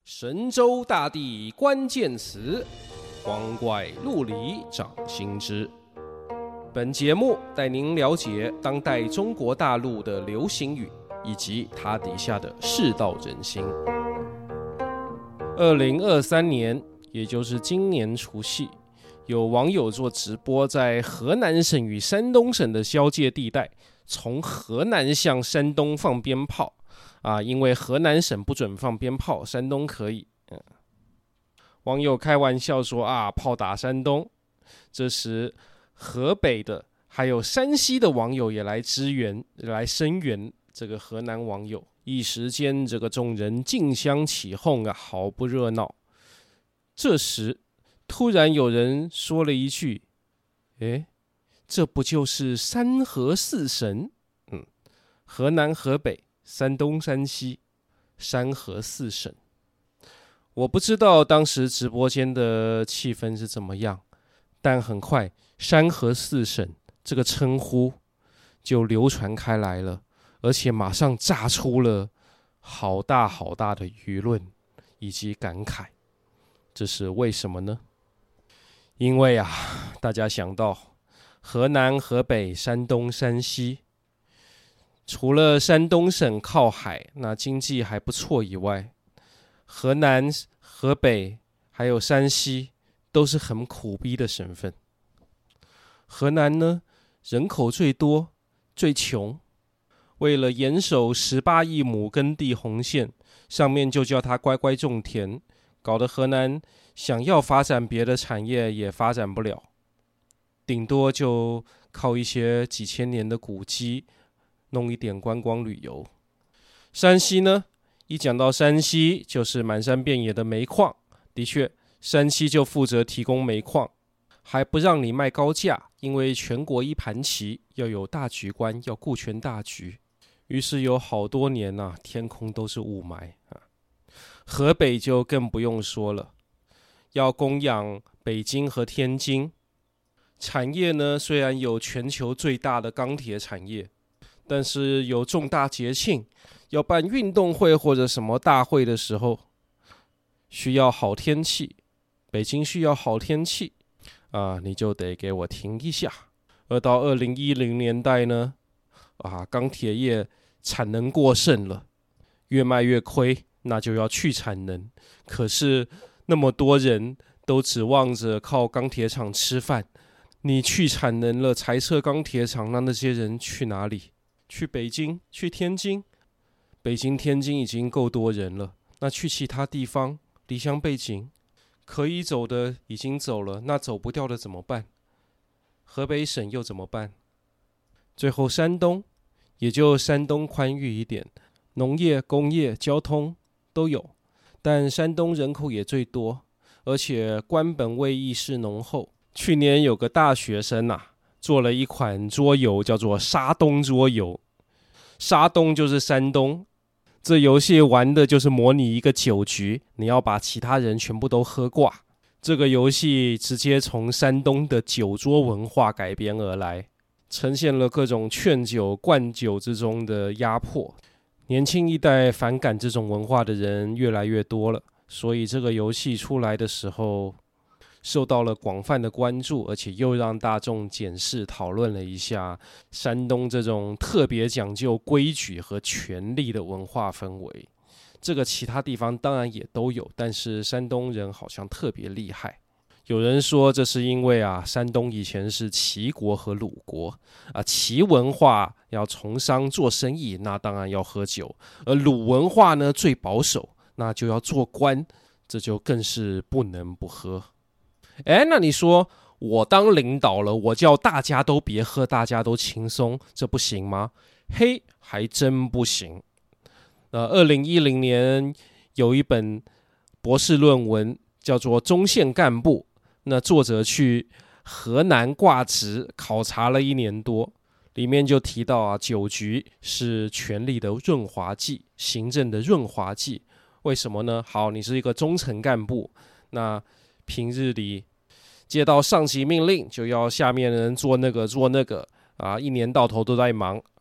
神州大地关键词，光怪陆离掌心之。本节目带您了解当代中国大陆的流行语以及它底下的世道人心。2023年，也就是今年除夕，有网友做直播，在河南省与山东省的交界地带，从河南向山东放鞭炮。因为河南省不准放鞭炮，山东可以。网友开玩笑说炮打山东。这时河北的还有山西的网友也来支援，来声援这个河南网友。一时间这个众人竞相起哄好不热闹。这时突然有人说了一句：这不就是三河四省？河南河北山东山西山河四省。我不知道当时直播间的气氛是怎么样，但很快山河四省这个称呼就流传开来了，而且马上炸出了好大好大的舆论以及感慨。这是为什么呢？因为大家想到河南河北山东山西，除了山东省靠海，那经济还不错以外，河南、河北还有山西都是很苦逼的省份。河南呢，人口最多、最穷，为了严守18亿亩耕地红线，上面就叫他乖乖种田，搞得河南想要发展别的产业也发展不了，顶多就靠一些几千年的古迹，弄一点观光旅游。山西呢，一讲到山西就是满山遍野的煤矿，的确山西就负责提供煤矿，还不让你卖高价，因为全国一盘棋，要有大局观，要顾全大局。于是有好多年天空都是雾霾。河北就更不用说了，要供养北京和天津。产业呢，虽然有全球最大的钢铁产业，但是有重大节庆，要办运动会或者什么大会的时候，需要好天气。北京需要好天气你就得给我停一下。而到2010年代呢，钢铁业产能过剩了，越卖越亏，那就要去产能。可是那么多人都指望着靠钢铁厂吃饭，你去产能了，裁撤钢铁厂，那些人去哪里？去北京？去天津？北京、天津已经够多人了，那去其他地方，离乡背井，可以走的已经走了，那走不掉的怎么办？河北省又怎么办？最后山东，也就山东宽裕一点，农业、工业、交通都有，但山东人口也最多，而且官本位意识浓厚。去年有个大学生做了一款桌游，叫做沙东桌游。沙东就是山东，这游戏玩的就是模拟一个酒局，你要把其他人全部都喝挂。这个游戏直接从山东的酒桌文化改编而来，呈现了各种劝酒、灌酒之中的压迫。年轻一代反感这种文化的人越来越多了，所以这个游戏出来的时候受到了广泛的关注，而且又让大众检视讨论了一下山东这种特别讲究规矩和权力的文化氛围。这个其他地方当然也都有，但是山东人好像特别厉害。有人说这是因为山东以前是齐国和鲁国齐文化要从商做生意，那当然要喝酒，而鲁文化呢最保守，那就要做官，这就更是不能不喝。那你说我当领导了，我叫大家都别喝，大家都轻松，这不行吗？还真不行。2010年有一本博士论文叫做《中线干部》，那作者去河南挂职考察了1年多，里面就提到酒局是权力的润滑剂，行政的润滑剂。为什么呢？好，你是一个中层干部，那平日里接到上级命令，就要下面的人做那个1年到头都在忙。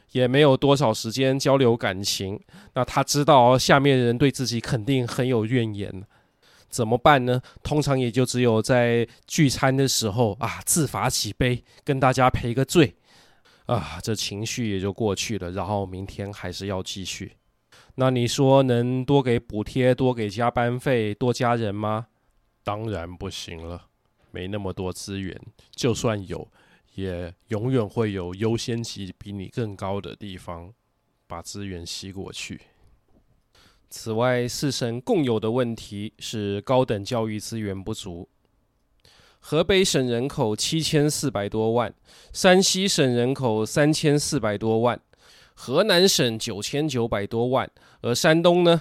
也没有多少时间交流感情。那他知道下面人对自己肯定很有怨言，怎么办呢？通常也就只有在聚餐的时候自罚几杯，跟大家赔个罪这情绪也就过去了，然后明天还是要继续。那你说能多给补贴、多给加班费、多加人吗？当然不行了，没那么多资源，就算有，也永远会有优先级比你更高的地方把资源吸过去。此外，四省共有的问题是高等教育资源不足。河北省人口7400多万，山西省人口3400多万，河南省9900多万，而山东呢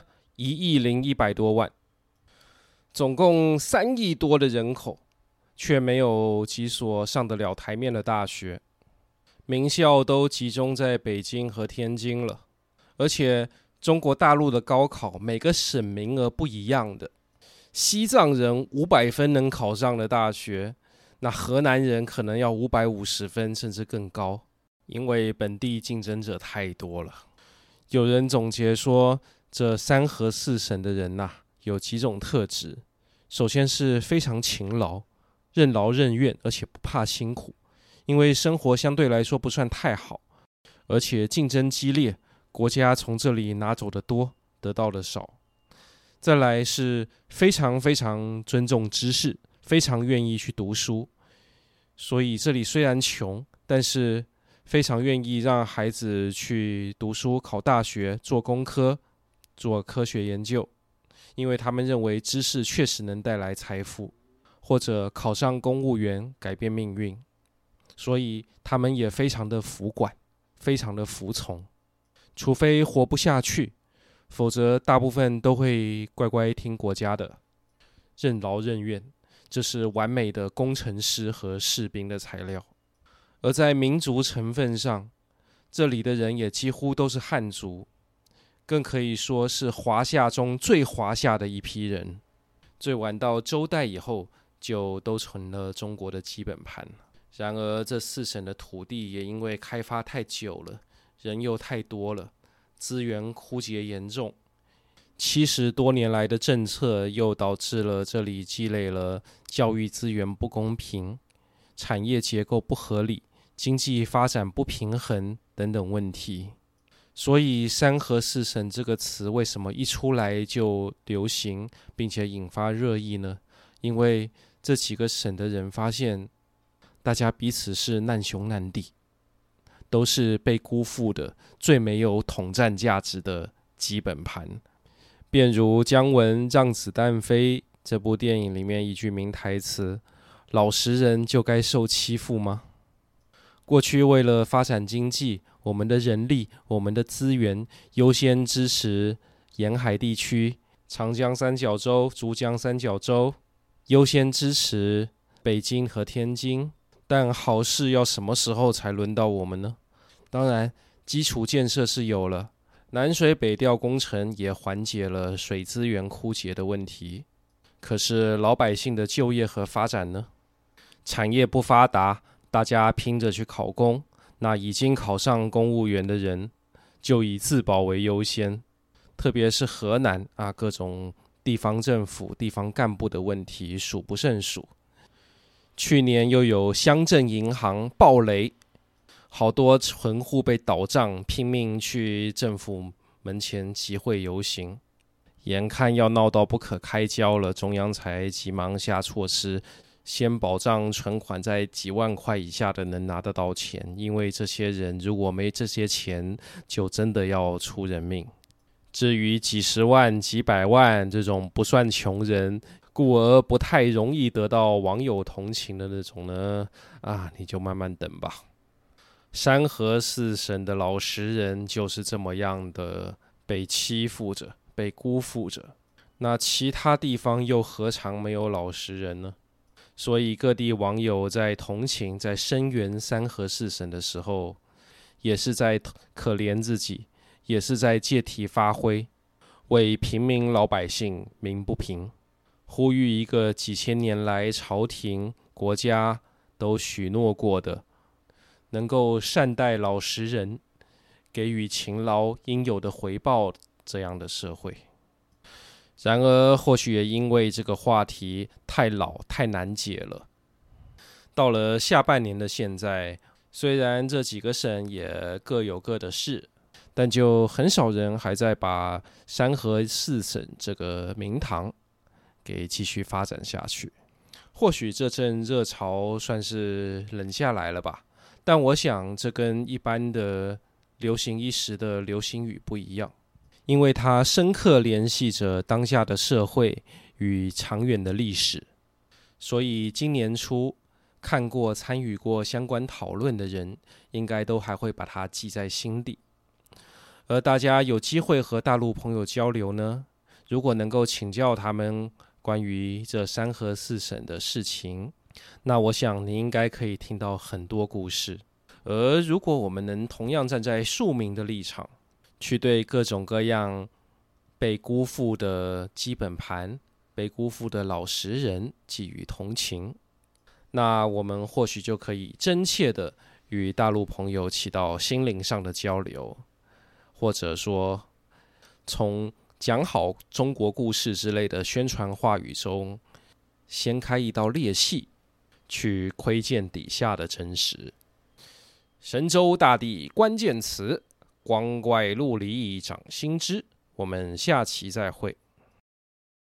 10100多万，总共3亿多的人口，却没有几所上得了台面的大学，名校都集中在北京和天津了。而且中国大陆的高考每个省名额不一样的，西藏人500分能考上的大学，那河南人可能要550分甚至更高，因为本地竞争者太多了。有人总结说，这三河四省的人有几种特质。首先是非常勤劳，任劳任怨，而且不怕辛苦，因为生活相对来说不算太好，而且竞争激烈，国家从这里拿走的多，得到的少。再来是非常非常尊重知识，非常愿意去读书，所以这里虽然穷，但是非常愿意让孩子去读书、考大学、做工科、做科学研究，因为他们认为知识确实能带来财富，或者考上公务员改变命运，所以他们也非常的服管，非常的服从，除非活不下去，否则大部分都会乖乖听国家的，任劳任怨，这是完美的工程师和士兵的材料。而在民族成分上，这里的人也几乎都是汉族，更可以说是华夏中最华夏的一批人。最晚到周代以后，就都成了中国的基本盘。然而这四省的土地也因为开发太久了，人又太多了，资源枯竭严重。70多年来的政策又导致了这里积累了教育资源不公平、产业结构不合理、经济发展不平衡等等问题。所以三河四省这个词为什么一出来就流行并且引发热议呢？因为这几个省的人发现大家彼此是难兄难弟，都是被辜负的最没有统战价值的基本盘。便如姜文《让子弹飞》这部电影里面一句名台词，老实人就该受欺负吗？过去为了发展经济，我们的人力、我们的资源优先支持沿海地区、长江三角洲、珠江三角洲，优先支持北京和天津。但好事要什么时候才轮到我们呢？当然，基础建设是有了，南水北调工程也缓解了水资源枯竭的问题。可是老百姓的就业和发展呢？产业不发达，大家拼着去考公，那已经考上公务员的人就以自保为优先。特别是河南各种地方政府、地方干部的问题数不胜数。去年又有乡镇银行暴雷，好多存户被倒账，拼命去政府门前集会游行，眼看要闹到不可开交了，中央才急忙下措施，先保障存款在几万块以下的能拿得到钱，因为这些人如果没这些钱，就真的要出人命。至于几十万、几百万这种不算穷人，故而不太容易得到网友同情的那种呢，你就慢慢等吧。三河四省的老实人就是这么样的被欺负着、被辜负着。那其他地方又何尝没有老实人呢？所以各地网友在同情、在声援三河四省的时候，也是在可怜自己，也是在借题发挥，为平民老百姓鸣不平，呼吁一个几千年来朝廷、国家都许诺过的，能够善待老实人， 给予勤劳应有的回报这样的社会。然而，或许也因为这个话题太老、太难解了，到了下半年的现在，虽然这几个省也各有各的事，但就很少人还在把三河四省这个名堂给继续发展下去。或许这阵热潮算是冷下来了吧，但我想这跟一般的流行一时的流行语不一样，因为它深刻联系着当下的社会与长远的历史，所以今年初看过、参与过相关讨论的人，应该都还会把它记在心里。而大家有机会和大陆朋友交流呢，如果能够请教他们关于这三河四省的事情，那我想你应该可以听到很多故事。而如果我们能同样站在庶民的立场，去对各种各样被辜负的基本盘、被辜负的老实人给予同情，那我们或许就可以真切的与大陆朋友起到心灵上的交流，或者说从讲好中国故事之类的宣传话语中掀开一道裂隙，去窥见底下的真实。神州大地关键词，光怪陆离掌心之。我们下期再会。